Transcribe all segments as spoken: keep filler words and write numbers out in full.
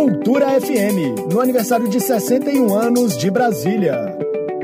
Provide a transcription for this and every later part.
Cultura F M, no aniversário de sessenta e um anos de Brasília.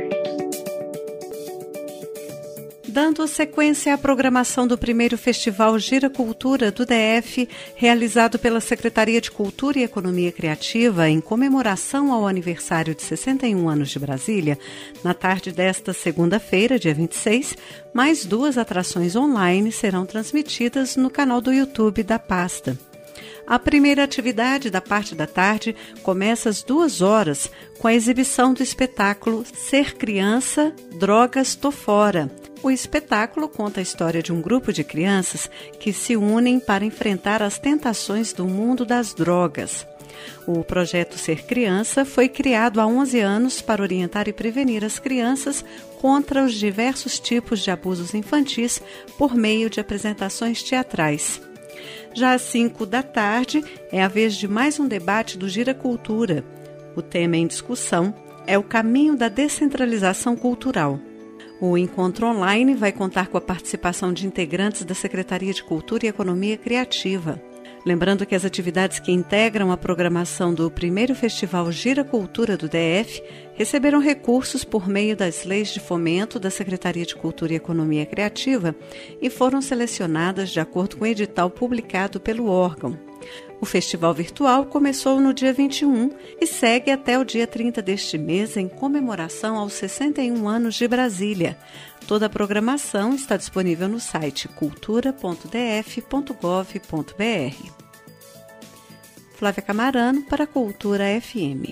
Dando sequência à programação do primeiro Festival Gira Cultura do D F, realizado pela Secretaria de Cultura e Economia Criativa em comemoração ao aniversário de sessenta e um anos de Brasília, na tarde desta segunda-feira, dia vinte e seis, mais duas atrações online serão transmitidas no canal do YouTube da pasta. A primeira atividade da parte da tarde começa às duas horas com a exibição do espetáculo Ser Criança, Drogas Tô Fora. O espetáculo conta a história de um grupo de crianças que se unem para enfrentar as tentações do mundo das drogas. O projeto Ser Criança foi criado há onze anos para orientar e prevenir as crianças contra os diversos tipos de abusos infantis por meio de apresentações teatrais. Já às cinco da tarde é a vez de mais um debate do Gira Cultura. O tema em discussão é o caminho da descentralização cultural. O encontro online vai contar com a participação de integrantes da Secretaria de Cultura e Economia Criativa. Lembrando que as atividades que integram a programação do primeiro Festival Gira Cultura do D F receberam recursos por meio das leis de fomento da Secretaria de Cultura e Economia Criativa e foram selecionadas de acordo com o edital publicado pelo órgão. O festival virtual começou no dia vinte e um e segue até o dia trinta deste mês em comemoração aos sessenta e um anos de Brasília. Toda a programação está disponível no site cultura ponto d f ponto gov ponto b r. Flávia Camarano para a Cultura F M.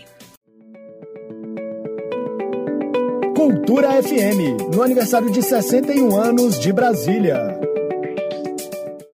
Cultura F M, no aniversário de sessenta e um anos de Brasília.